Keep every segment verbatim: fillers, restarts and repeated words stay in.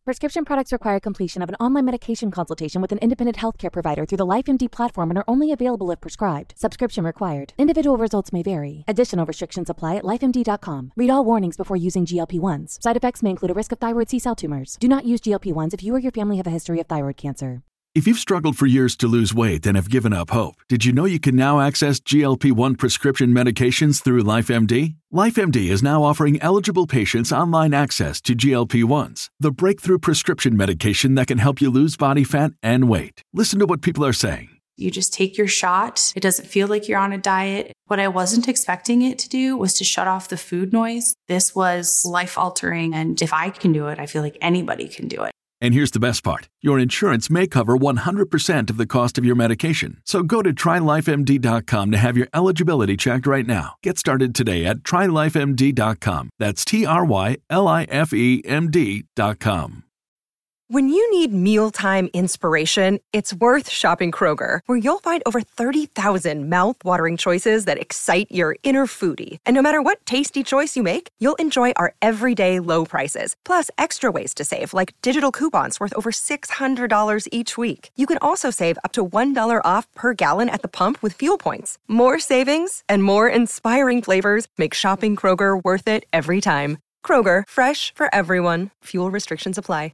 Prescription products require completion of an online medication consultation with an independent healthcare provider through the LifeMD platform and are only available if prescribed. Subscription required. Individual results may vary. Additional restrictions apply at life M D dot com. Read all warnings before using G L P ones. Side effects may include a risk of thyroid C-cell tumors. Do not use G L P ones if you or your family have a history of thyroid cancer. If you've struggled for years to lose weight and have given up hope, did you know you can now access G L P one prescription medications through LifeMD? LifeMD is now offering eligible patients online access to G L P ones, the breakthrough prescription medication that can help you lose body fat and weight. Listen to what people are saying. You just take your shot. It doesn't feel like you're on a diet. What I wasn't expecting it to do was to shut off the food noise. This was life-altering, and if I can do it, I feel like anybody can do it. And here's the best part. Your insurance may cover one hundred percent of the cost of your medication. So go to try life M D dot com to have your eligibility checked right now. Get started today at try life M D dot com. That's T R Y L I F E M D dot com. When you need mealtime inspiration, it's worth shopping Kroger, where you'll find over thirty thousand mouth-watering choices that excite your inner foodie. And no matter what tasty choice you make, you'll enjoy our everyday low prices, plus extra ways to save, like digital coupons worth over six hundred dollars each week. You can also save up to one dollar off per gallon at the pump with fuel points. More savings and more inspiring flavors make shopping Kroger worth it every time. Kroger, fresh for everyone. Fuel restrictions apply.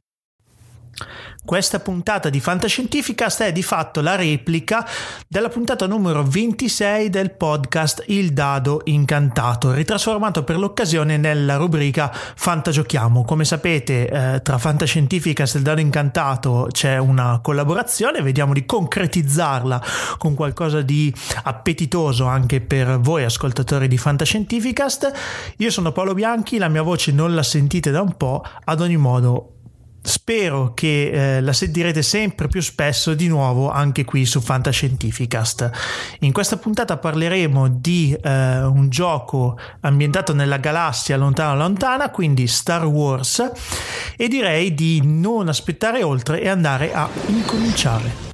Questa puntata di Fantascientificast è di fatto la replica della puntata numero ventisei del podcast Il Dado Incantato, ritrasformato per l'occasione nella rubrica Fantagiochiamo. Come sapete, eh, tra Fantascientificast e Il Dado Incantato c'è una collaborazione, vediamo di concretizzarla con qualcosa di appetitoso anche per voi ascoltatori di Fantascientificast. Io sono Paolo Bianchi, la mia voce non la sentite da un po', ad ogni modo spero che eh, la sentirete sempre più spesso di nuovo anche qui su Fantascientificast. In questa puntata parleremo di eh, un gioco ambientato nella galassia lontana lontana, quindi Star Wars, e direi di non aspettare oltre e andare a incominciare.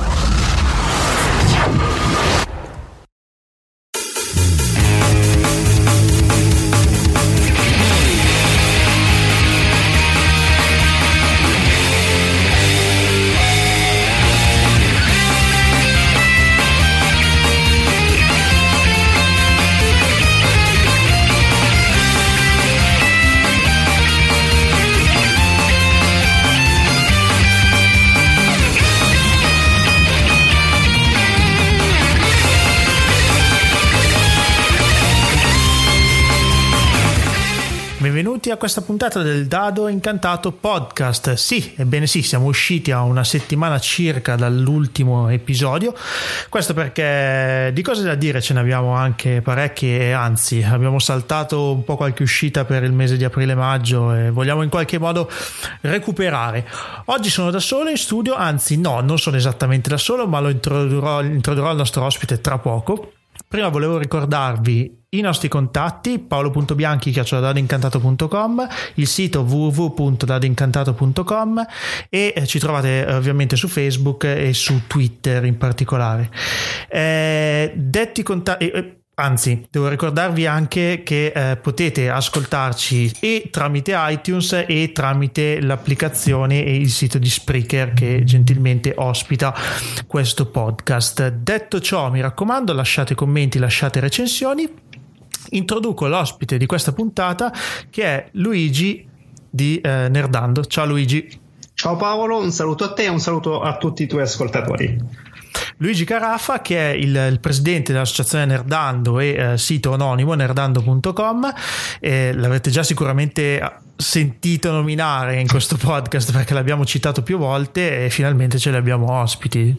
Benvenuti a questa puntata del Dado Incantato podcast. Sì, ebbene sì, siamo usciti a una settimana circa dall'ultimo episodio. Questo perché di cose da dire ce ne abbiamo anche parecchie, e anzi abbiamo saltato un po' qualche uscita per il mese di aprile-maggio e vogliamo in qualche modo recuperare. Oggi sono da solo in studio, anzi no, non sono esattamente da solo, ma lo introdurrò, introdurrò il nostro ospite tra poco. Prima volevo ricordarvi i nostri contatti: paolo punto bianchi chiocciola dado incantato punto com, il sito w w w punto dado incantato punto com e ci trovate ovviamente su Facebook e su Twitter in particolare. Eh, detti contatti... Eh, Anzi, devo ricordarvi anche che eh, potete ascoltarci e tramite iTunes e tramite l'applicazione e il sito di Spreaker che gentilmente ospita questo podcast. Detto ciò, mi raccomando, lasciate commenti, lasciate recensioni. Introduco l'ospite di questa puntata, che è Luigi di eh, Nerdando. Ciao Luigi. Ciao Paolo, un saluto a te e un saluto a tutti i tuoi ascoltatori. Luigi Carafa, che è il, il presidente dell'associazione Nerdando e eh, sito anonimo nerdando punto com. Eh, l'avrete già sicuramente sentito nominare in questo podcast perché l'abbiamo citato più volte e finalmente ce li abbiamo ospiti.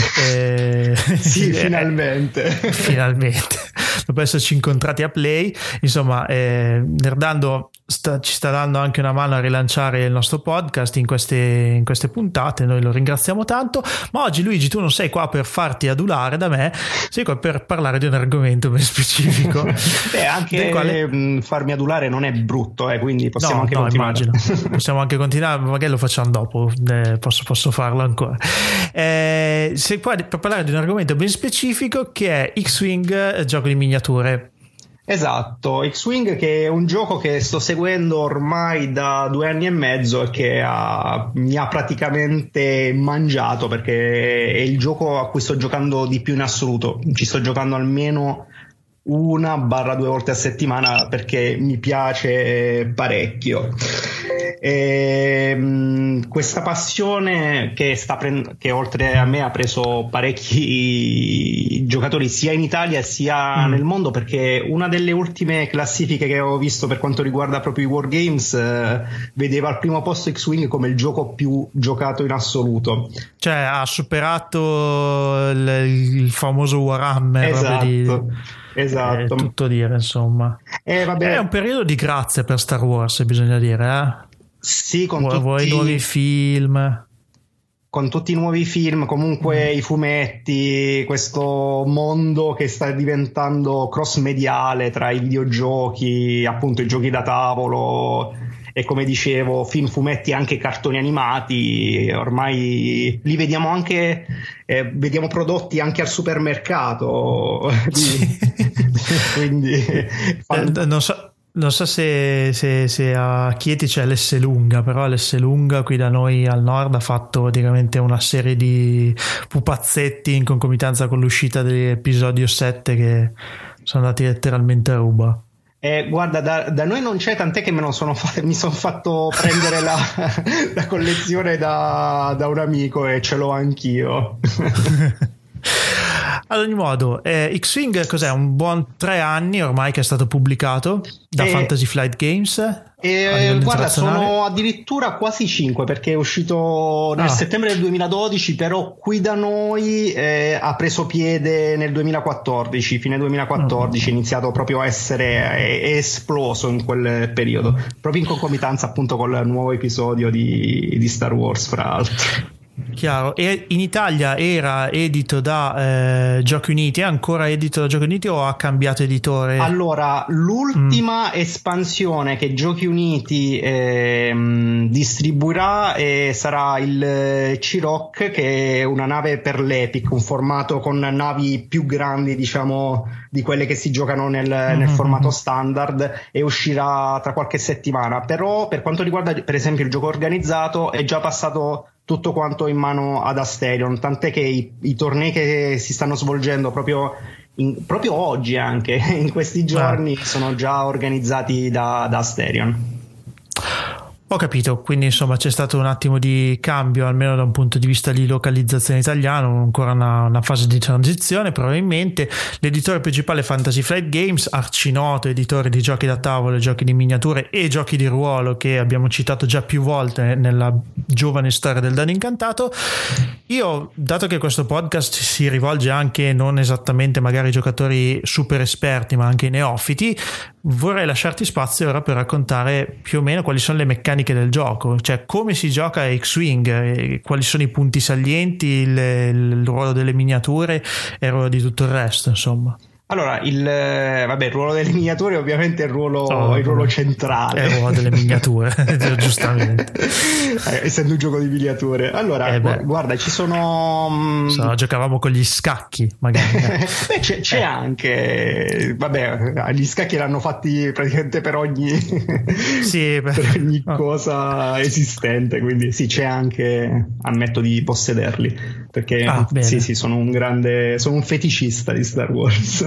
Eh, sì, finalmente. finalmente. Dopo esserci incontrati a Play, insomma, eh, Nerdando sta, ci sta dando anche una mano a rilanciare il nostro podcast in queste, in queste puntate. Noi lo ringraziamo tanto. Ma oggi, Luigi, tu non sei qua per farti adulare da me, sei qua per parlare di un argomento ben specifico. Beh, anche quale... farmi adulare non è brutto, eh, quindi possiamo no, anche no, continuare. Immagino. Possiamo anche continuare, magari lo facciamo dopo, eh, posso, posso farlo ancora. Eh, sei qua per parlare di un argomento ben specifico che è X-Wing, gioco di miniature. Esatto, X-Wing, che è un gioco che sto seguendo ormai da due anni e mezzo e che ha, mi ha praticamente mangiato, perché è il gioco a cui sto giocando di più in assoluto. Ci sto giocando almeno una barra due volte a settimana perché mi piace parecchio. E, mh, questa passione che, sta prend- che oltre a me ha preso parecchi giocatori sia in Italia sia mm. nel mondo, perché una delle ultime classifiche che ho visto per quanto riguarda proprio i Wargames eh, vedeva al primo posto X-Wing come il gioco più giocato in assoluto, cioè ha superato il, il famoso Warhammer. Esatto di... Esatto, è tutto dire, insomma. Eh, vabbè. È un periodo di grazia per Star Wars, bisogna dire, eh? Sì, con Vu- tutti vuoi nuovi film, con tutti i nuovi film, comunque mm. i fumetti, questo mondo che sta diventando cross mediale tra i videogiochi, appunto i giochi da tavolo e, come dicevo, film, fumetti e anche cartoni animati. Ormai li vediamo anche, eh, vediamo prodotti anche al supermercato. Sì. Quindi eh, non so Non so se, se, se a Chieti c'è l'S Lunga, però l'S Lunga qui da noi al nord ha fatto praticamente una serie di pupazzetti in concomitanza con l'uscita dell'episodio sette che sono andati letteralmente a ruba. Eh, guarda, da, da noi non c'è, tant'è che me non sono fa- mi sono fatto prendere la, la collezione da, da un amico e ce l'ho anch'io. Ad ogni modo, eh, X-Wing cos'è? Un buon tre anni ormai che è stato pubblicato da e, Fantasy Flight Games. E, guarda, sono addirittura quasi cinque, perché è uscito nel ah. settembre del duemiladodici, però qui da noi eh, ha preso piede nel duemilaquattordici, fine duemilaquattordici, mm. è iniziato proprio a essere è, è esploso in quel periodo, proprio in concomitanza appunto col nuovo episodio di, di Star Wars, fra l'altro. Chiaro. E in Italia era edito da eh, Giochi Uniti, è ancora edito da Giochi Uniti o ha cambiato editore? Allora, l'ultima mm. espansione che Giochi Uniti eh, distribuirà eh, sarà il C-Rock, che è una nave per l'Epic, un formato con navi più grandi, diciamo, di quelle che si giocano nel, mm-hmm. nel formato standard, e uscirà tra qualche settimana. Però per quanto riguarda per esempio il gioco organizzato, è già passato tutto quanto in mano ad Asterion, tant'è che i, i tornei che si stanno svolgendo proprio, in, proprio oggi, anche in questi giorni, ah. sono già organizzati da, da Asterion. Ho capito, quindi insomma c'è stato un attimo di cambio, almeno da un punto di vista di localizzazione italiano, ancora una, una fase di transizione probabilmente. L'editore principale è Fantasy Flight Games, arcinoto editore di giochi da tavolo, giochi di miniature e giochi di ruolo, che abbiamo citato già più volte nella giovane storia del Dado Incantato. Io, dato che questo podcast si rivolge anche non esattamente magari ai giocatori super esperti ma anche ai neofiti, vorrei lasciarti spazio ora per raccontare più o meno quali sono le meccaniche del gioco, cioè come si gioca a X-Wing, quali sono i punti salienti, il, il ruolo delle miniature e il ruolo di tutto il resto, insomma. Allora, il, vabbè, il ruolo delle miniature ovviamente è il ruolo, oh, il ruolo centrale. È il ruolo delle miniature, giustamente. Eh, essendo un gioco di miniature. Allora, eh gu- guarda, ci sono... So, giocavamo con gli scacchi, magari. Beh, c'è, c'è eh. anche... Vabbè, gli scacchi l'hanno fatti praticamente per ogni... sì, per ogni oh. cosa esistente, quindi sì, c'è anche... Ammetto di possederli, perché ah, sì, sì, sono un grande... Sono un feticista di Star Wars.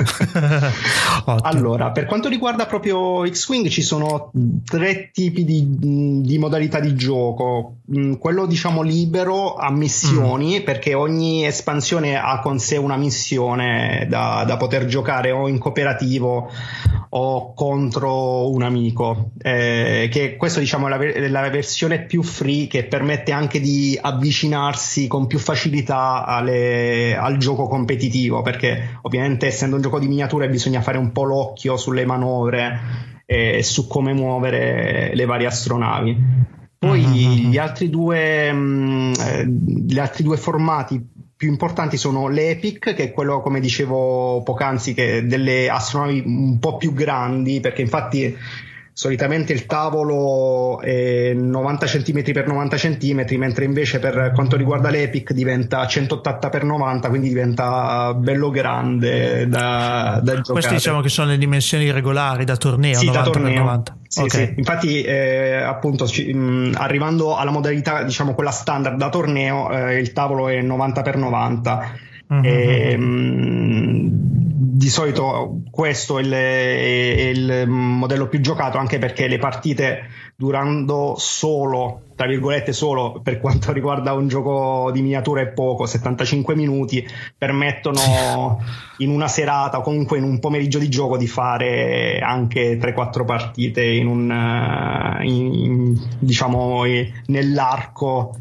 Allora, per quanto riguarda proprio X-Wing, ci sono tre tipi di, di modalità di gioco. Quello, diciamo, libero a missioni, mm. perché ogni espansione ha con sé una missione da, da poter giocare o in cooperativo o contro un amico, eh, che questo, diciamo, è la, la versione più free, che permette anche di avvicinarsi con più facilità alle, al gioco competitivo, perché ovviamente essendo un gioco di miniature bisogna fare un po' l'occhio sulle manovre e su come muovere le varie astronavi. Poi mm-hmm. gli altri due mh, gli altri due formati più importanti sono l'Epic, che è quello, come dicevo poc'anzi, che delle astronavi un po' più grandi, perché infatti solitamente il tavolo è novanta centimetri per novanta centimetri, mentre invece per quanto riguarda l'Epic diventa centottanta per novanta, quindi diventa bello grande da, da giocare. Queste diciamo che sono le dimensioni regolari da torneo, sì, novanta da torneo. per novanta. Sì, okay. sì. Infatti eh, appunto ci, mh, arrivando alla modalità diciamo quella standard da torneo, eh, il tavolo è novanta per novanta. Mm-hmm. E, mh, di solito questo è il, è il modello più giocato, anche perché le partite durando solo, tra virgolette solo, per quanto riguarda un gioco di miniatura è poco, settantacinque minuti, permettono in una serata o comunque in un pomeriggio di gioco di fare anche tre quattro partite in un in, in, diciamo nell'arco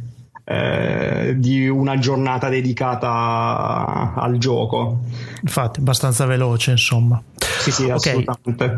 Eh, di una giornata dedicata al gioco. Infatti abbastanza veloce, insomma. Sì, sì, assolutamente. Okay.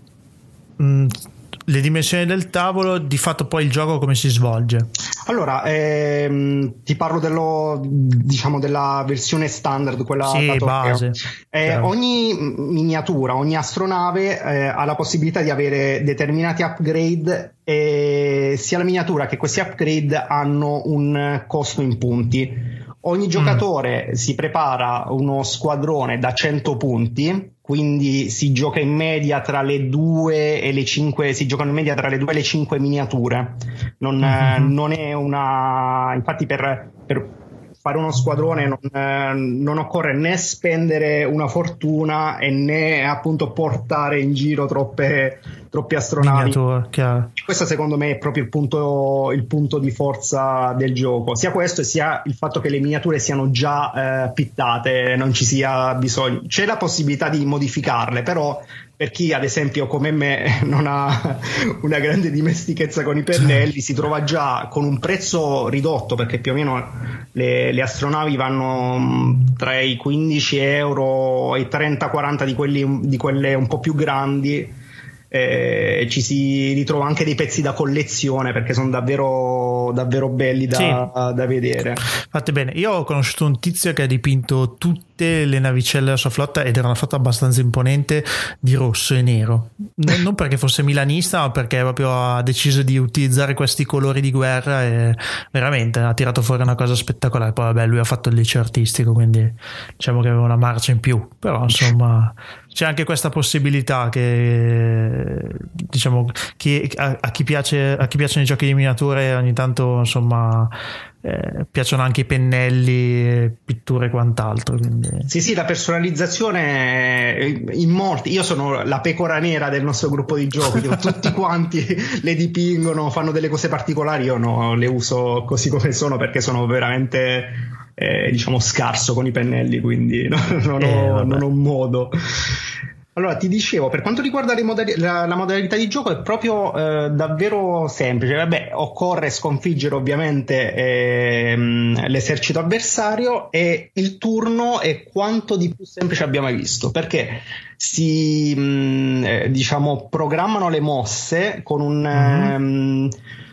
Mm, le dimensioni del tavolo, di fatto poi il gioco come si svolge? Allora, ehm, ti parlo dello, diciamo della versione standard, quella sì, da base. Eh, ogni miniatura, ogni astronave eh, ha la possibilità di avere determinati upgrade, e sia la miniatura che questi upgrade hanno un costo in punti. Ogni giocatore mm. si prepara uno squadrone da cento punti, quindi si gioca in media tra le due e le cinque, si giocano in media tra le due e le cinque miniature. Non, mm-hmm. non è una, infatti per, per fare uno squadrone non, eh, non occorre né spendere una fortuna e né appunto portare in giro troppe, troppe astronavi. Questo secondo me è proprio il punto, il punto di forza del gioco, sia questo e sia il fatto che le miniature siano già eh, pittate, non ci sia bisogno. C'è la possibilità di modificarle, però per chi ad esempio come me non ha una grande dimestichezza con i pennelli, si trova già con un prezzo ridotto, perché più o meno le, le astronavi vanno tra i quindici euro e i trenta quaranta di, quelli, di quelle un po' più grandi. Eh, ci si ritrova anche dei pezzi da collezione, perché sono davvero davvero belli da, sì. da vedere. Fate bene, io ho conosciuto un tizio che ha dipinto tutte le navicelle della sua flotta, ed era una flotta abbastanza imponente, di rosso e nero, non, non perché fosse milanista, ma perché proprio ha deciso di utilizzare questi colori di guerra e veramente ha tirato fuori una cosa spettacolare. Poi vabbè, lui ha fatto il liceo artistico, quindi diciamo che aveva una marcia in più, però insomma c'è anche questa possibilità che diciamo che a, a chi piace a chi piacciono i giochi di miniature ogni tanto insomma eh, piacciono anche i pennelli, pitture e quant'altro, quindi... sì sì, la personalizzazione in molti, io sono la pecora nera del nostro gruppo di giochi, tutti quanti le dipingono, fanno delle cose particolari, io no, le uso così come sono, perché sono veramente eh, diciamo scarso con i pennelli, quindi no, non, eh, ho, non ho modo. Allora, ti dicevo, per quanto riguarda le modali- la, la modalità di gioco è proprio eh, davvero semplice. Vabbè, occorre sconfiggere ovviamente ehm, l'esercito avversario, e il turno è quanto di più semplice abbiamo mai visto, perché si mh, eh, diciamo programmano le mosse con un mm-hmm. ehm,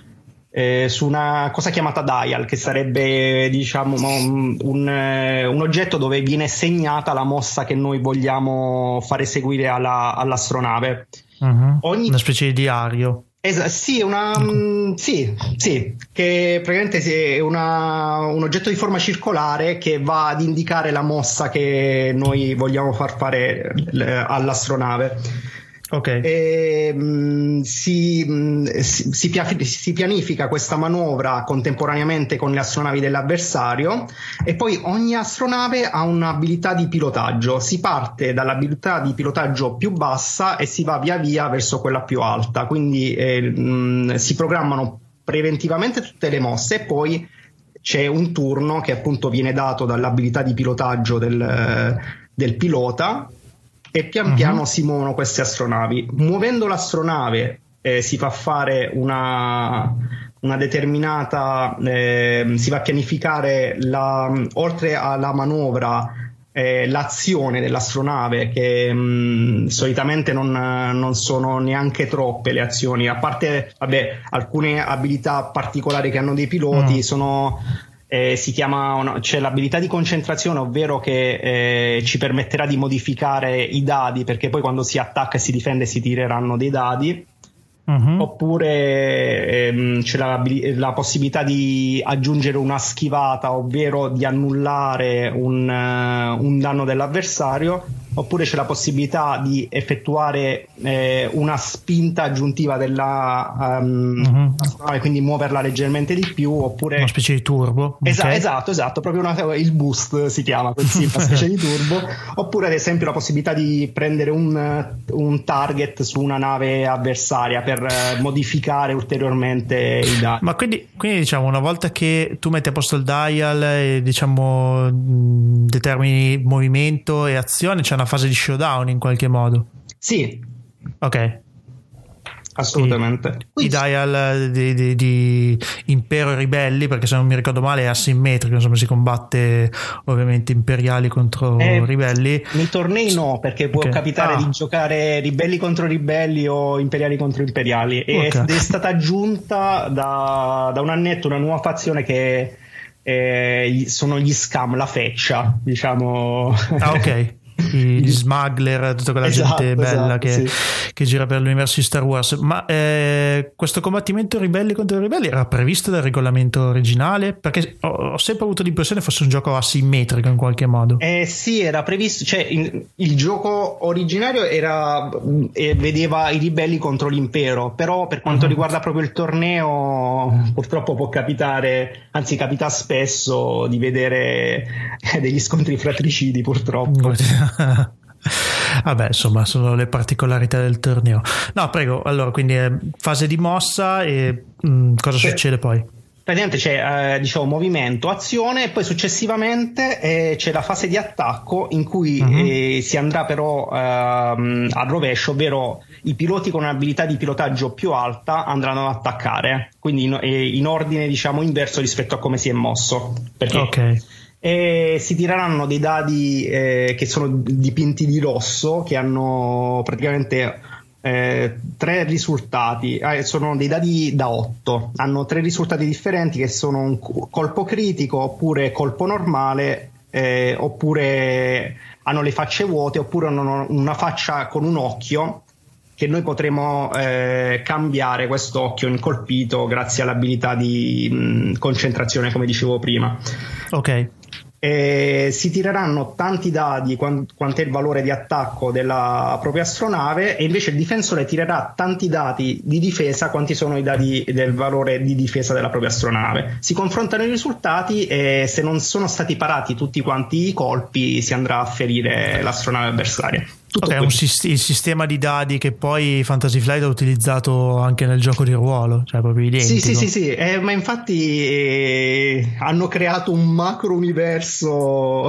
Eh, su una cosa chiamata dial, che sarebbe diciamo un, un, un oggetto dove viene segnata la mossa che noi vogliamo fare seguire alla, all'astronave. Uh-huh. Ogni... una specie di diario. Es- sì, una, mh, sì, sì, che praticamente è una, un oggetto di forma circolare che va ad indicare la mossa che noi vogliamo far fare l- all'astronave. Okay. E, mh, si, mh, si, si, pia- si pianifica questa manovra contemporaneamente con le astronavi dell'avversario, e poi ogni astronave ha un'abilità di pilotaggio. Si parte dall'abilità di pilotaggio più bassa e si va via via verso quella più alta, quindi eh, mh, si programmano preventivamente tutte le mosse, e poi c'è un turno che appunto viene dato dall'abilità di pilotaggio del, del pilota, e pian piano uh-huh. si muovono queste astronavi. Muovendo l'astronave eh, si fa fare una, una determinata eh, si va a pianificare la, oltre alla manovra eh, l'azione dell'astronave, che mh, solitamente non, non sono neanche troppe le azioni, a parte vabbè alcune abilità particolari che hanno dei piloti. uh-huh. sono Eh, si chiama, c'è l'abilità di concentrazione, ovvero che eh, ci permetterà di modificare i dadi, perché poi quando si attacca e si difende si tireranno dei dadi. Uh-huh. Oppure ehm, c'è la, la possibilità di aggiungere una schivata, ovvero di annullare un, uh, un danno dell'avversario. Oppure c'è la possibilità di effettuare eh, una spinta aggiuntiva della um, uh-huh. astronave, quindi muoverla leggermente di più. Oppure una specie di turbo. Esa- okay. Esatto, esatto, proprio una, il boost si chiama così, una specie di turbo. Oppure ad esempio la possibilità di prendere un, un target su una nave avversaria per eh, modificare ulteriormente i dati. Ma quindi, quindi diciamo, una volta che tu metti a posto il dial e diciamo mh, determini movimento e azione, c'è una fase di showdown in qualche modo? Sì. Ok. Assolutamente. I, i dial di, di, di Impero e Ribelli, perché se non mi ricordo male è asimmetrico, insomma si combatte ovviamente imperiali contro eh, ribelli. Nei tornei no, perché può okay. capitare ah. di giocare ribelli contro ribelli o imperiali contro imperiali. E okay. è stata aggiunta da, da un annetto una nuova fazione che eh, sono gli scam, la feccia, diciamo. Ah, ok. Gli smuggler, tutta quella esatto, gente bella esatto, che, sì. che gira per l'universo di Star Wars. Ma eh, questo combattimento ribelli contro ribelli era previsto dal regolamento originale? Perché ho, ho sempre avuto l'impressione fosse un gioco asimmetrico in qualche modo. Eh sì, era previsto, cioè il, il gioco originario era eh, vedeva i ribelli contro l'impero, però per quanto uh-huh. riguarda proprio il torneo purtroppo può capitare, anzi capita spesso di vedere eh, degli scontri fratricidi purtroppo. Vabbè, insomma, sono le particolarità del torneo. No, prego, allora, quindi è fase di mossa e mh, cosa Beh, succede poi? Praticamente c'è eh, diciamo movimento, azione, e poi successivamente eh, c'è la fase di attacco in cui uh-huh. eh, si andrà però eh, al rovescio, ovvero i piloti con un'abilità di pilotaggio più alta andranno ad attaccare, quindi in, eh, in ordine diciamo inverso rispetto a come si è mosso. Perché ok. E si tireranno dei dadi eh, che sono dipinti di rosso, che hanno praticamente eh, tre risultati, eh, sono dei dadi da otto, hanno tre risultati differenti che sono un colpo critico, oppure colpo normale, eh, oppure hanno le facce vuote, oppure hanno una faccia con un occhio, che noi potremo eh, cambiare questo occhio in colpito grazie all'abilità di mh, concentrazione, come dicevo prima. Ok. E si tireranno tanti dadi quant- quant'è il valore di attacco della propria astronave, e invece il difensore tirerà tanti dati di difesa quanti sono i dati del valore di difesa della propria astronave. Si confrontano i risultati e se non sono stati parati tutti quanti i colpi si andrà a ferire l'astronave avversaria. Tutto ok, un sist- il sistema di dadi che poi Fantasy Flight ha utilizzato anche nel gioco di ruolo, cioè proprio identico. Sì, sì, sì, sì. Eh, ma infatti eh, hanno creato un macro universo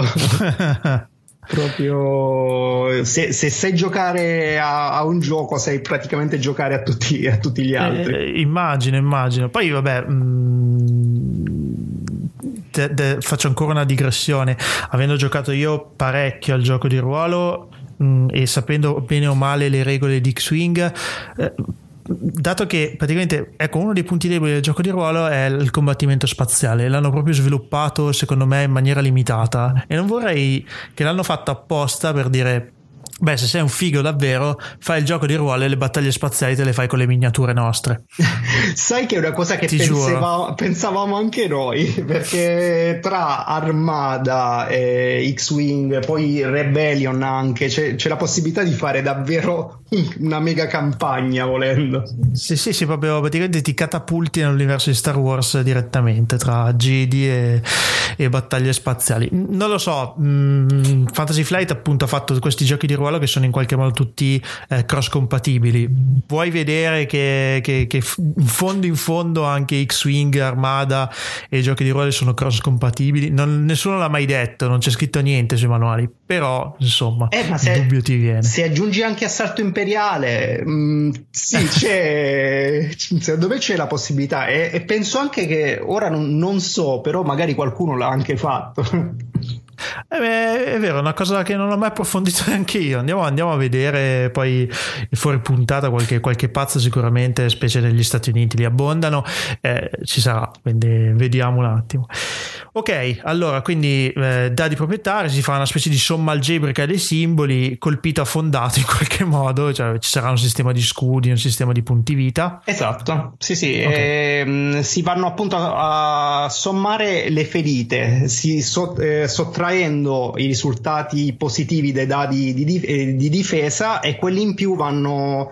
proprio se, se sai giocare a, a un gioco sai praticamente giocare a tutti, a tutti gli altri. Eh, immagino, immagino. Poi vabbè... Mh... De, de, faccio ancora una digressione. Avendo giocato io parecchio al gioco di ruolo mh, e sapendo bene o male le regole di X-Wing, eh, dato che praticamente ecco uno dei punti deboli del gioco di ruolo è il combattimento spaziale, l'hanno proprio sviluppato secondo me in maniera limitata, e non vorrei che l'hanno fatto apposta per dire beh, se sei un figo davvero, fai il gioco di ruolo e le battaglie spaziali te le fai con le miniature nostre. Sai che è una cosa che pensava, pensavamo anche noi, perché tra Armada e X-Wing, poi Rebellion anche, c'è, c'è la possibilità di fare davvero una mega campagna volendo. Sì, sì, sì, proprio praticamente ti catapulti nell'universo di Star Wars direttamente tra Jedi e, e battaglie spaziali. Non lo so, mh, Fantasy Flight appunto ha fatto questi giochi di ruolo che sono in qualche modo tutti eh, cross compatibili. Puoi vedere che, che, che in fondo in fondo anche X-Wing, Armada e i giochi di ruolo sono cross compatibili. Non, nessuno l'ha mai detto, non c'è scritto niente sui manuali, però insomma eh, ma se, il dubbio ti viene. Se aggiungi anche Assalto Imperiale, mh, sì, c'è dove c'è la possibilità, e, e penso anche che ora non, non so, però magari qualcuno l'ha anche fatto. Eh beh, è vero, è una cosa che non ho mai approfondito neanche io. Andiamo, andiamo a vedere poi fuori puntata, qualche, qualche pazzo sicuramente, specie negli Stati Uniti li abbondano, eh, ci sarà, quindi vediamo un attimo. Ok, allora quindi eh, dadi proprietari, si fa una specie di somma algebrica dei simboli, colpito a fondato in qualche modo, cioè ci sarà un sistema di scudi, un sistema di punti vita. Esatto, sì sì, Okay. ehm, si vanno appunto a, a sommare le ferite, si so- eh, sottraendo i risultati positivi dai dadi di, di- eh, di difesa, e quelli in più vanno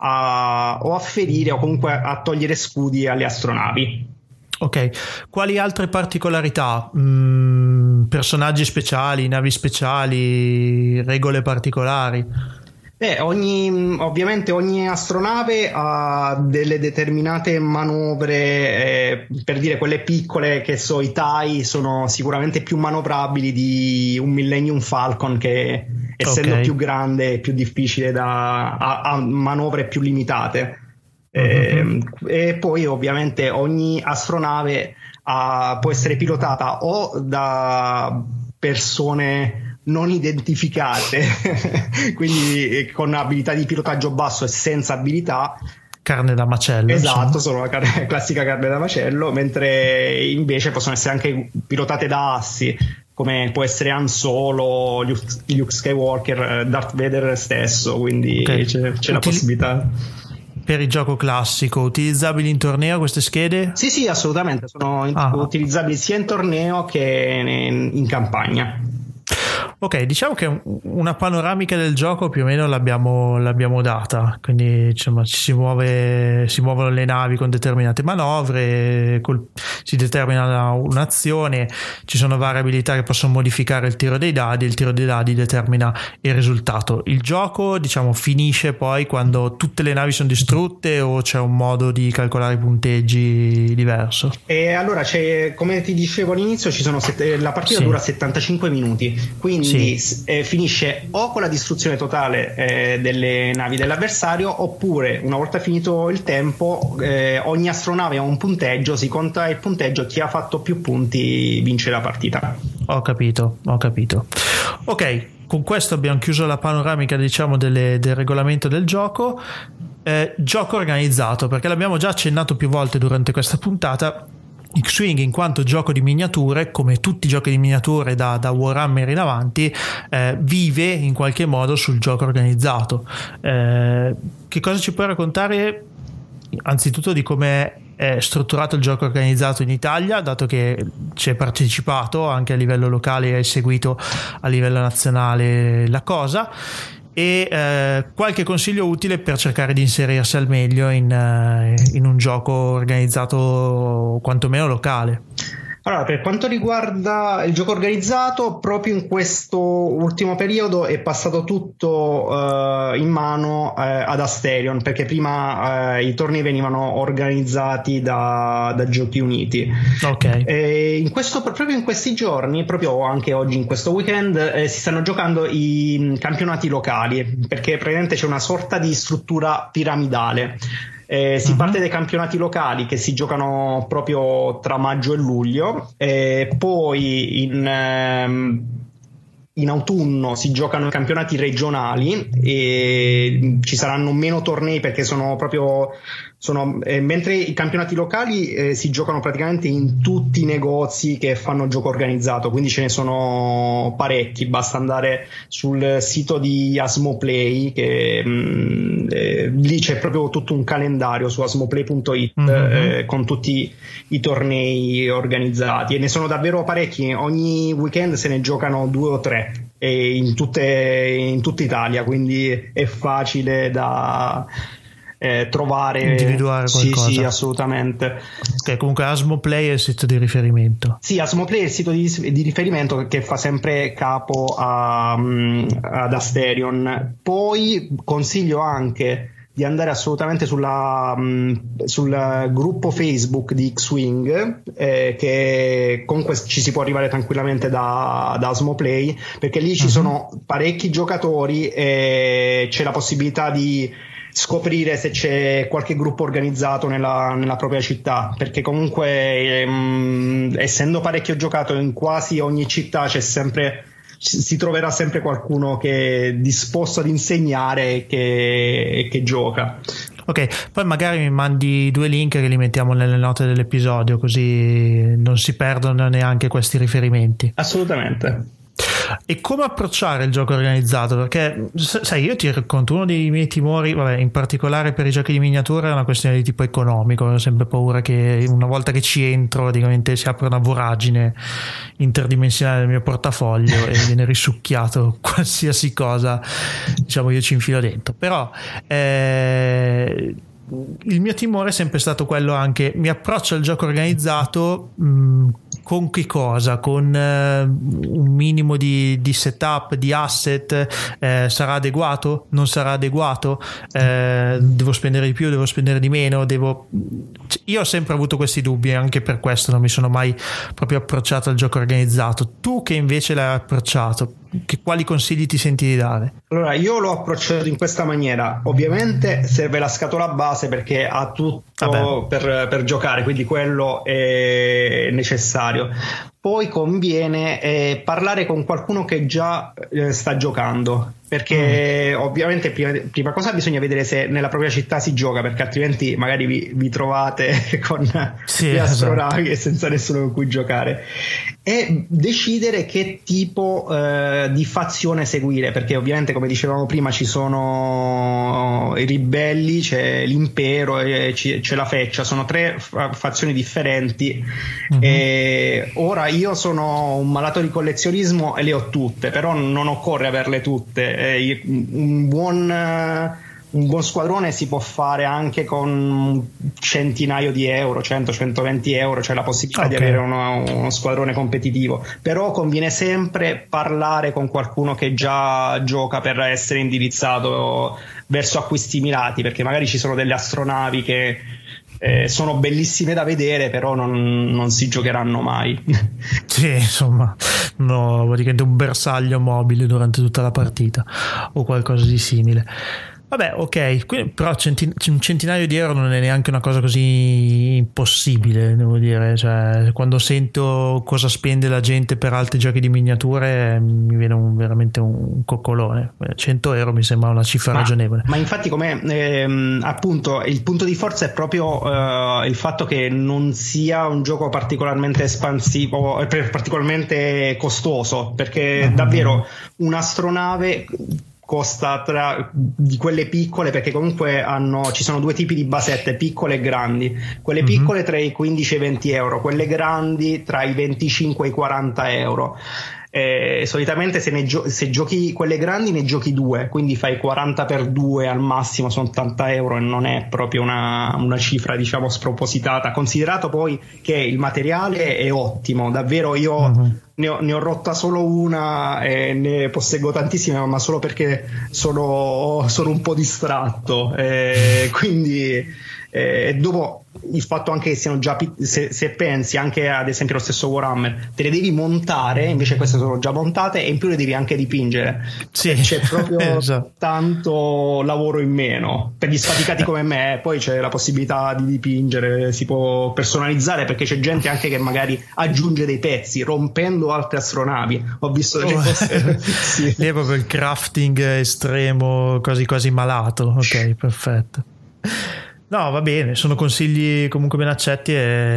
a, o a ferire o comunque a togliere scudi alle astronavi. Ok, quali altre particolarità? Mm, personaggi speciali, navi speciali, regole particolari? Eh, ogni, ovviamente ogni astronave ha delle determinate manovre, eh, per dire quelle piccole, che so, i T A I sono sicuramente più manovrabili di un Millennium Falcon, che essendo Ok. più grande è più difficile da, ha, ha manovre più limitate. Mhm. Eh, e poi ovviamente ogni astronave ha- può essere pilotata o da persone non identificate quindi eh, con abilità di pilotaggio basso e senza abilità. Carne da macello. Esatto, insomma. sono la car- classica carne da macello, mentre invece possono essere anche pilotate da assi, come può essere Han Solo, Luke, Luke Skywalker, eh, Darth Vader stesso, quindi Ok. c'è, c'è la Utili- possibilità. Per il gioco classico, utilizzabili in torneo queste schede? Sì, sì, assolutamente, sono in- Ah. utilizzabili sia in torneo che in, in campagna. Ok, diciamo che una panoramica del gioco più o meno l'abbiamo, l'abbiamo data, quindi insomma ci si muove, si muovono le navi con determinate manovre, col- si determina un'azione, ci sono varie abilità che possono modificare il tiro dei dadi, il tiro dei dadi determina il risultato. Il gioco, diciamo, finisce poi quando tutte le navi sono distrutte, o c'è un modo di calcolare i punteggi diverso? E allora c'è, come ti dicevo all'inizio, ci sono sette- la partita Sì. dura settantacinque minuti, quindi Sì. s- eh, finisce o con la distruzione totale eh, delle navi dell'avversario, oppure una volta finito il tempo eh, ogni astronave ha un punteggio, si conta il punteggio, chi ha fatto più punti vince la partita. Ho capito, ho capito. Ok, con questo abbiamo chiuso la panoramica, diciamo, delle- del regolamento del gioco. Eh, gioco organizzato, perché l'abbiamo già accennato più volte durante questa puntata. X-Wing, in quanto gioco di miniature, come tutti i giochi di miniature da, da Warhammer in avanti, eh, vive in qualche modo sul gioco organizzato. Eh, che cosa ci puoi raccontare anzitutto di come è strutturato il gioco organizzato in Italia, dato che ci hai partecipato anche a livello locale e hai seguito a livello nazionale la cosa, e eh, qualche consiglio utile per cercare di inserirsi al meglio in, eh, in un gioco organizzato quantomeno locale. Allora, per quanto riguarda il gioco organizzato, proprio in questo ultimo periodo è passato tutto uh, in mano uh, ad Asterion, perché prima uh, i tornei venivano organizzati da, da Giochi Uniti. Ok. E in questo, proprio in questi giorni, proprio anche oggi in questo weekend, eh, si stanno giocando i campionati locali, perché praticamente c'è una sorta di struttura piramidale. Eh, si uh-huh. parte dai campionati locali che si giocano proprio tra maggio e luglio, e poi in, ehm, in autunno si giocano i campionati regionali e ci saranno meno tornei, perché sono proprio sono, eh, mentre i campionati locali eh, si giocano praticamente in tutti i negozi che fanno gioco organizzato, quindi ce ne sono parecchi, basta andare sul sito di Asmoplay, che mh, eh, lì c'è proprio tutto un calendario su asmoplay punto it mm-hmm. eh, con tutti i tornei organizzati, e ne sono davvero parecchi, ogni weekend se ne giocano due o tre e in tutte in tutta Italia, quindi è facile da Eh, trovare, individuare qualcosa. Sì, sì, assolutamente. Okay, comunque Asmoplay è il sito di riferimento. Sì, Asmoplay è il sito di, di riferimento che fa sempre capo a, um, ad Asterion. Poi consiglio anche di andare assolutamente sulla, um, sul gruppo Facebook di X-Wing, eh, che comunque ci si può arrivare tranquillamente da, da Asmoplay, perché lì ci uh-huh. sono parecchi giocatori e c'è la possibilità di scoprire se c'è qualche gruppo organizzato nella, nella propria città, perché comunque ehm, essendo parecchio giocato in quasi ogni città c'è sempre, si troverà sempre qualcuno che è disposto ad insegnare e che, e che gioca. Ok, Ok, poi magari mi mandi due link che li mettiamo nelle note dell'episodio, così non si perdono neanche questi riferimenti. Assolutamente. E come approcciare il gioco organizzato? Perché sai, io ti racconto uno dei miei timori, vabbè, in particolare per i giochi di miniatura, è una questione di tipo economico. Ho sempre paura che una volta che ci entro praticamente si apre una voragine interdimensionale del mio portafoglio e viene risucchiato qualsiasi cosa, diciamo, io ci infilo dentro. Però eh, il mio timore è sempre stato quello, anche mi approccio al gioco organizzato mh, con che cosa? Con eh, un minimo di, di setup, di asset, eh, sarà adeguato? Non sarà adeguato? Eh, devo spendere di più? Devo spendere di meno? Devo... Io ho sempre avuto questi dubbi e anche per questo non mi sono mai proprio approcciato al gioco organizzato. Tu che invece l'hai approcciato, che quali consigli ti senti di dare? Allora, io l'ho approcciato in questa maniera. Ovviamente serve la scatola base perché ha tutto per, per giocare, quindi quello è necessario. Poi conviene eh, parlare con qualcuno che già eh, sta giocando, perché mm. ovviamente prima, prima cosa bisogna vedere se nella propria città si gioca, perché altrimenti magari vi, vi trovate con sì, le astronavi esatto. e senza nessuno con cui giocare, e decidere che tipo eh, di fazione seguire, perché ovviamente, come dicevamo prima, ci sono i ribelli, c'è l'impero e c'è la feccia, sono tre fazioni differenti. Mm-hmm. E ora io sono un malato di collezionismo e le ho tutte, però non occorre averle tutte. Eh, un buon un buon squadrone si può fare anche con un centinaio di euro, cento centoventi euro, c'è la possibilità okay. di avere uno, uno squadrone competitivo, però conviene sempre parlare con qualcuno che già gioca per essere indirizzato verso acquisti mirati, perché magari ci sono delle astronavi che Eh, sono bellissime da vedere, però non, non si giocheranno mai. Sì, insomma, no, praticamente un bersaglio mobile durante tutta la partita o qualcosa di simile. Vabbè, ok, quindi, però centin- un centinaio di euro non è neanche una cosa così impossibile, devo dire. Cioè, quando sento cosa spende la gente per altri giochi di miniature mi viene un, veramente un coccolone. cento euro mi sembra una cifra ma, ragionevole. Ma infatti, come ehm, appunto il punto di forza è proprio eh, il fatto che non sia un gioco particolarmente espansivo, eh, particolarmente costoso, perché uh-huh. davvero un'astronave costa tra di quelle piccole, perché comunque hanno, ci sono due tipi di basette, piccole e grandi. Quelle mm-hmm. piccole tra i quindici e i venti euro, quelle grandi tra i venticinque e i quaranta euro. Eh, solitamente se, ne gio- se giochi quelle grandi ne giochi due, quindi fai quaranta per due al massimo, sono ottanta euro, e non è proprio una, una cifra, diciamo, spropositata, considerato poi che il materiale è ottimo, davvero. Io mm-hmm. ne, ho, ne ho rotta solo una e ne posseggo tantissime, ma solo perché sono, sono un po' distratto, eh, quindi eh, dopo il fatto anche che siano già, se, se pensi anche ad esempio lo stesso Warhammer, te le devi montare, invece queste sono già montate, e in più le devi anche dipingere. Sì, c'è proprio esatto. tanto lavoro in meno per gli sfaticati come me. Poi c'è la possibilità di dipingere, si può personalizzare, perché c'è gente anche che magari aggiunge dei pezzi rompendo altre astronavi. Ho visto delle oh, cose sì. Lì è proprio il crafting estremo, quasi quasi malato. Ok, perfetto. No, va bene, sono consigli comunque ben accetti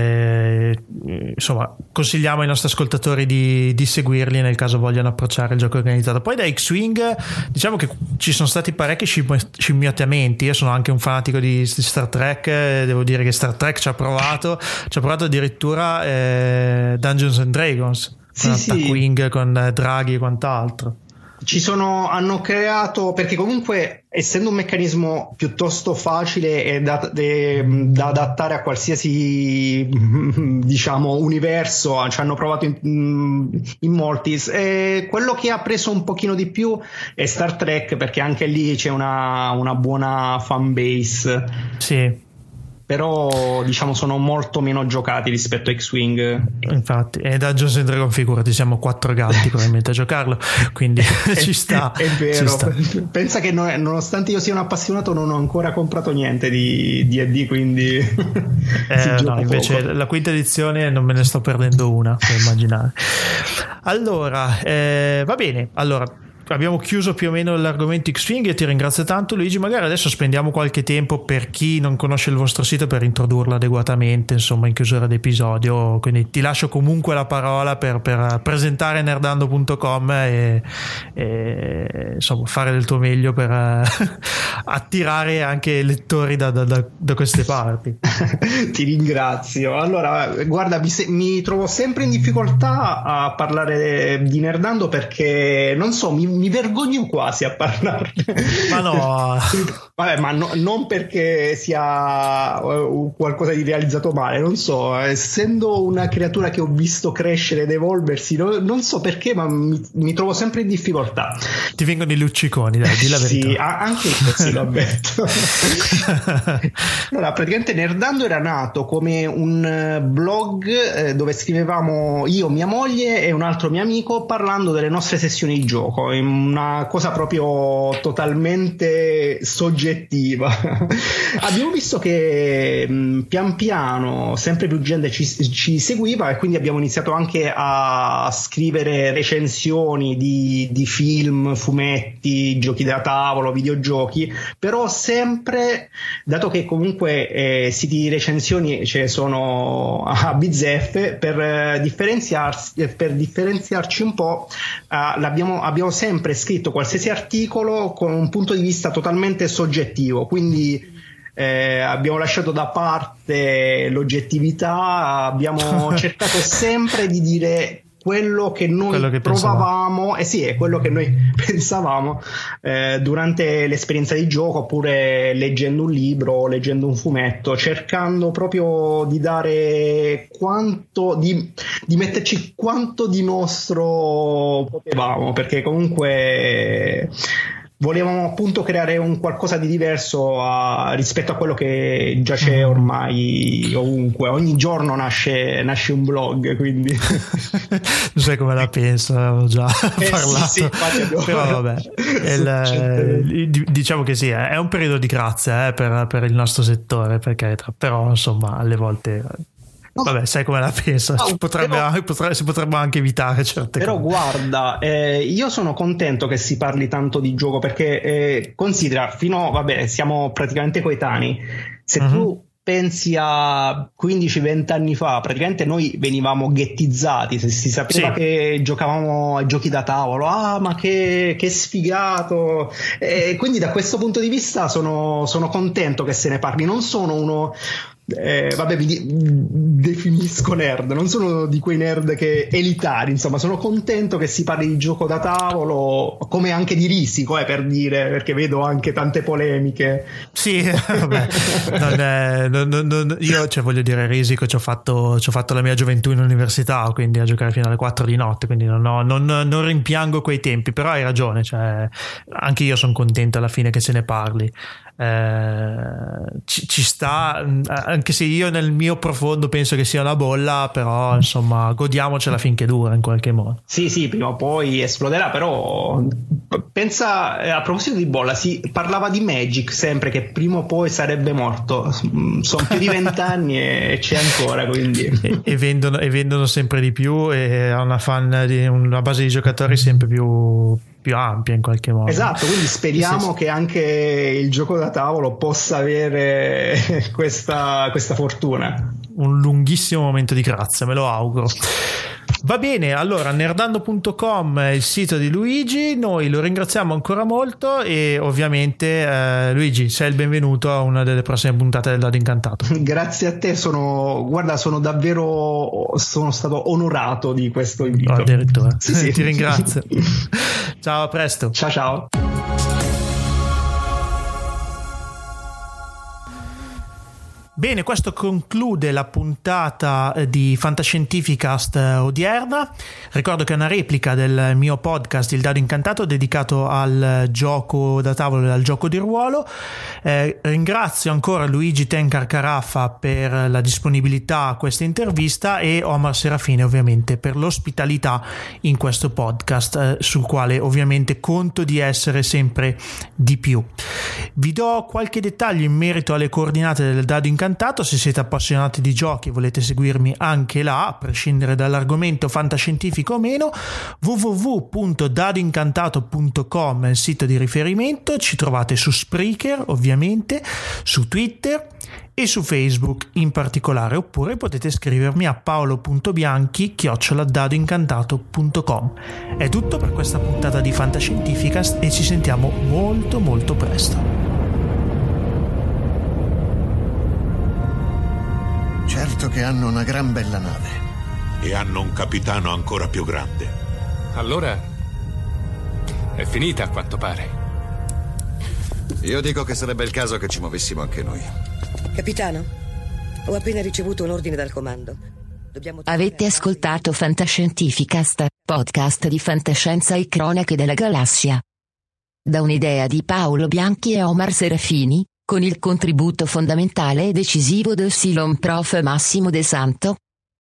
e insomma consigliamo ai nostri ascoltatori di, di seguirli nel caso vogliano approcciare il gioco organizzato. Poi da X-Wing diciamo che ci sono stati parecchi scimmiotamenti. Io sono anche un fanatico di, di Star Trek, devo dire che Star Trek ci ha provato, ci ha provato addirittura eh, Dungeons and Dragons, sì, con sì. Attack-Wing, con draghi e quant'altro. Ci sono, hanno creato, perché comunque essendo un meccanismo piuttosto facile e da, de, da adattare a qualsiasi diciamo universo, ci hanno provato in, in molti, e quello che ha preso un pochino di più è Star Trek, perché anche lì c'è una, una buona fan base. Sì. Però diciamo sono molto meno giocati rispetto a X-Wing. Infatti, e Dungeons and Dragons, figurati, siamo quattro gatti probabilmente a giocarlo, quindi ci sta. È vero, ci sta. Pensa che non, nonostante io sia un appassionato non ho ancora comprato niente di D and D, quindi eh, no, invece poco. La quinta edizione non me ne sto perdendo una, puoi immaginare. Allora, eh, va bene, allora abbiamo chiuso più o meno l'argomento X-Wing. Io ti ringrazio tanto, Luigi. Magari adesso spendiamo qualche tempo per chi non conosce il vostro sito per introdurlo adeguatamente, insomma, in chiusura d'episodio, quindi ti lascio comunque la parola per, per presentare nerdando punto com e, e insomma fare del tuo meglio per attirare anche lettori da, da, da, da queste parti. Ti ringrazio. Allora, guarda, mi, se, mi trovo sempre in difficoltà a parlare di nerdando perché non so, mi, mi vergogno quasi a parlarne. Ma no, vabbè, ma no, non perché sia qualcosa di realizzato male, non so, essendo una creatura che ho visto crescere ed evolversi, no, non so perché, ma mi, mi trovo sempre in difficoltà. Ti vengono i lucciconi, dai, di la verità. Sì, anche così lo ammetto. Allora, praticamente Nerdando era nato come un blog eh, dove scrivevamo io, mia moglie e un altro mio amico parlando delle nostre sessioni di gioco, in una cosa proprio totalmente soggettiva. Abbiamo visto che mh, pian piano sempre più gente ci, ci seguiva e quindi abbiamo iniziato anche a scrivere recensioni di, di film, fumetti, giochi da tavolo, videogiochi, però sempre, dato che comunque eh, siti di recensioni ce ne sono a bizzeffe, per eh, differenziarsi per differenziarci un po' eh, l'abbiamo, abbiamo sempre scritto qualsiasi articolo con un punto di vista totalmente soggettivo, quindi Eh, abbiamo lasciato da parte l'oggettività, abbiamo cercato sempre di dire quello che noi quello che provavamo, e eh sì, è quello che noi pensavamo eh, durante l'esperienza di gioco, oppure leggendo un libro o leggendo un fumetto, cercando proprio di dare quanto, di, di metterci quanto di nostro potevamo, perché comunque volevamo appunto creare un qualcosa di diverso a, rispetto a quello che già c'è ormai ovunque. Ogni giorno nasce, nasce un blog, quindi non sai come la penso, avevo già eh, parlato, sì, sì, però vabbè, il, diciamo che sì, è un periodo di grazia eh, per, per il nostro settore, per carità, però insomma alle volte vabbè, sai come la penso, no, si, potrebbe, però, potrebbe, si potrebbe anche evitare certe però cose. Guarda, eh, io sono contento che si parli tanto di gioco, perché eh, considera, fino, vabbè, siamo praticamente coetanei, se uh-huh. tu pensi a quindici venti anni fa, praticamente noi venivamo ghettizzati, se si sapeva sì. che giocavamo ai giochi da tavolo, ah ma che, che sfigato, e quindi da questo punto di vista sono, sono contento che se ne parli. Non sono uno Eh, vabbè, mi di- definisco nerd, non sono di quei nerd che elitari, insomma, sono contento che si parli di gioco da tavolo, come anche di risico, eh, per dire, perché vedo anche tante polemiche. Sì, vabbè, non è, non, non, non, io cioè, voglio dire, risico ci ho fatto, ci ho fatto la mia gioventù in università, quindi a giocare fino alle quattro di notte, quindi non, ho, non, non rimpiango quei tempi, però hai ragione, cioè, anche io sono contento alla fine che se ne parli. Eh, ci, ci sta, anche se io nel mio profondo penso che sia una bolla, però insomma godiamocela finché dura in qualche modo. Sì sì, prima o poi esploderà, però pensa, a proposito di bolla, si parlava di Magic sempre, che prima o poi sarebbe morto, sono più di vent'anni e c'è ancora, quindi e, e, vendono, e vendono sempre di più e ha una fan di una base di giocatori sempre più più ampia in qualche modo. Esatto, quindi speriamo sì, sì. che anche il gioco da tavolo possa avere questa, questa fortuna. Un lunghissimo momento di grazia, me lo auguro. Va bene, allora nerdando punto com è il sito di Luigi, noi lo ringraziamo ancora molto e ovviamente eh, Luigi, sei il benvenuto a una delle prossime puntate del Dado Incantato. Grazie a te, sono guarda sono davvero sono stato onorato di questo invito. Oh, addirittura. Sì, sì. Ti ringrazio. Ciao, a presto. Ciao ciao. Bene, questo conclude la puntata di Fantascientificast odierna. Ricordo che è una replica del mio podcast Il Dado Incantato, dedicato al gioco da tavolo e al gioco di ruolo. Eh, ringrazio ancora Luigi Tencar Caraffa per la disponibilità a questa intervista e Omar Serafine ovviamente per l'ospitalità in questo podcast, eh, sul quale ovviamente conto di essere sempre di più. Vi do qualche dettaglio in merito alle coordinate del Dado Incantato. Incantato. Se siete appassionati di giochi e volete seguirmi anche là, a prescindere dall'argomento fantascientifico o meno, w w w punto dado incantato punto com è il sito di riferimento. Ci trovate su Spreaker, ovviamente, su Twitter e su Facebook in particolare, oppure potete scrivermi a paolo punto bianchi chiocciola dado incantato punto com. È tutto per questa puntata di Fantascientificast e ci sentiamo molto molto presto. Certo che hanno una gran bella nave. E hanno un capitano ancora più grande. Allora è finita, a quanto pare. Io dico che sarebbe il caso che ci muovessimo anche noi. Capitano, ho appena ricevuto un ordine dal comando. Dobbiamo Avete ascoltato Fantascientificast, podcast di fantascienza e cronache della galassia. Da un'idea di Paolo Bianchi e Omar Serafini, con il contributo fondamentale e decisivo del Silon Prof Massimo De Santo.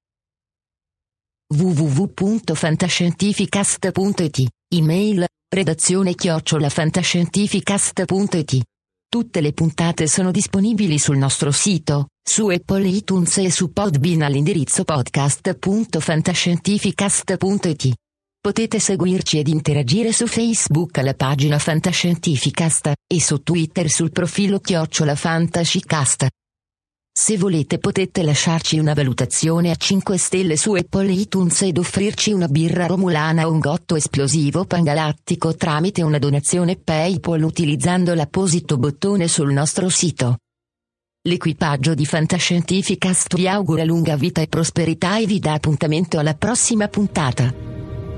w w w punto fantascientificast punto i t, email, redazione chiocciola fantascientificast punto i t. Tutte le puntate sono disponibili sul nostro sito, su Apple iTunes e su Podbean all'indirizzo podcast punto fantascientificast punto i t. Potete seguirci ed interagire su Facebook alla pagina Fantascientificast e su Twitter sul profilo chiocciola Fantascicast. Se volete potete lasciarci una valutazione a cinque stelle su Apple iTunes ed offrirci una birra romulana o un gotto esplosivo pangalattico tramite una donazione PayPal utilizzando l'apposito bottone sul nostro sito. L'equipaggio di Fantascientificast vi augura lunga vita e prosperità e vi dà appuntamento alla prossima puntata.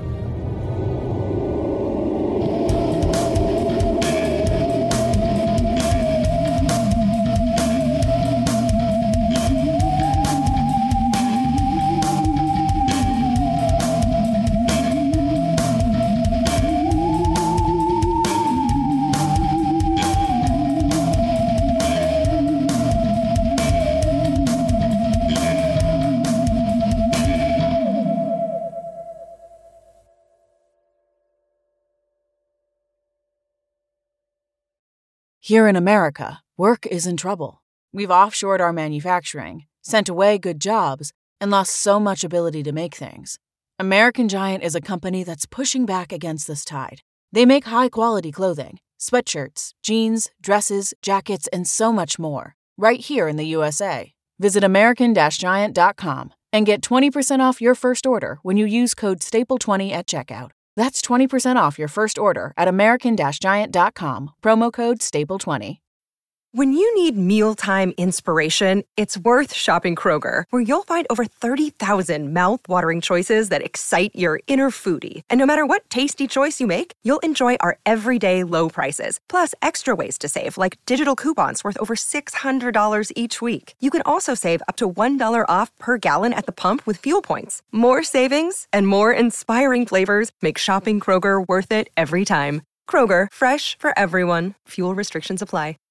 Here in America, work is in trouble. We've offshored our manufacturing, sent away good jobs, and lost so much ability to make things. American Giant is a company that's pushing back against this tide. They make high-quality clothing, sweatshirts, jeans, dresses, jackets, and so much more, right here in the U S A. Visit American Giant dot com and get twenty percent off your first order when you use code staple twenty at checkout. That's twenty percent off your first order at American Giant dot com, promo code staple twenty. When you need mealtime inspiration, it's worth shopping Kroger, where you'll find over thirty thousand mouth-watering choices that excite your inner foodie. And no matter what tasty choice you make, you'll enjoy our everyday low prices, plus extra ways to save, like digital coupons worth over six hundred dollars each week. You can also save up to one dollar off per gallon at the pump with fuel points. More savings and more inspiring flavors make shopping Kroger worth it every time. Kroger, fresh for everyone. Fuel restrictions apply.